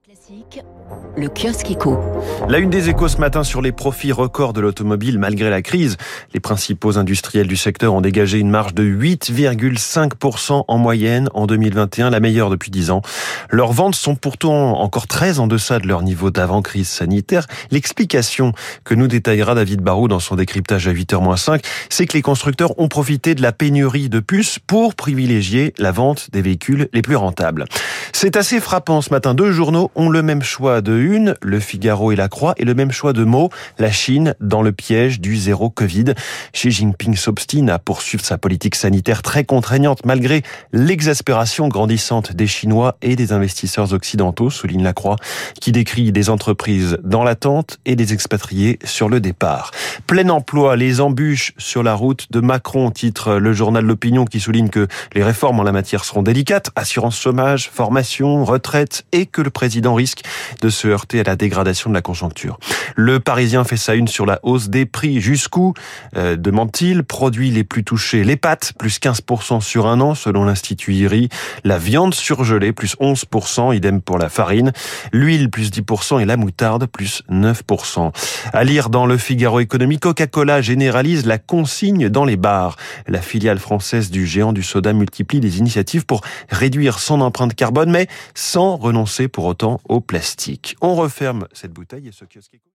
Classique, le kiosque éco. La une des Échos ce matin sur les profits records de l'automobile malgré la crise. Les principaux industriels du secteur ont dégagé une marge de 8,5% en moyenne en 2021, la meilleure depuis 10 ans. Leurs ventes sont pourtant encore très en deçà de leur niveau d'avant-crise sanitaire. L'explication que nous détaillera David Barrault dans son décryptage à 8h-5, c'est que les constructeurs ont profité de la pénurie de puces pour privilégier la vente des véhicules les plus rentables. C'est assez frappant ce matin. Deux journaux ont le même choix de une, Le Figaro et La Croix, et le même choix de mots, la Chine dans le piège du zéro Covid. Xi Jinping s'obstine à poursuivre sa politique sanitaire très contraignante malgré l'exaspération grandissante des Chinois et des investisseurs occidentaux, souligne La Croix, qui décrit des entreprises dans l'attente et des expatriés sur le départ. Plein emploi, les embûches sur la route de Macron, titre le journal L'Opinion, qui souligne que les réformes en la matière seront délicates, assurance chômage, formation, retraite, et que le président risque de se heurter à la dégradation de la conjoncture. Le Parisien fait sa une sur la hausse des prix. Jusqu'où, demande-t-il, produits les plus touchés, les pâtes, plus 15% sur un an, selon l'Institut IRI. La viande surgelée, plus 11%, idem pour la farine. L'huile, plus 10%, et la moutarde, plus 9%. À lire dans Le Figaro Économie, Coca-Cola généralise la consigne dans les bars. La filiale française du géant du soda multiplie les initiatives pour réduire son empreinte carbone, mais sans renoncer pour autant au plastique. On referme cette bouteille et ce kiosque.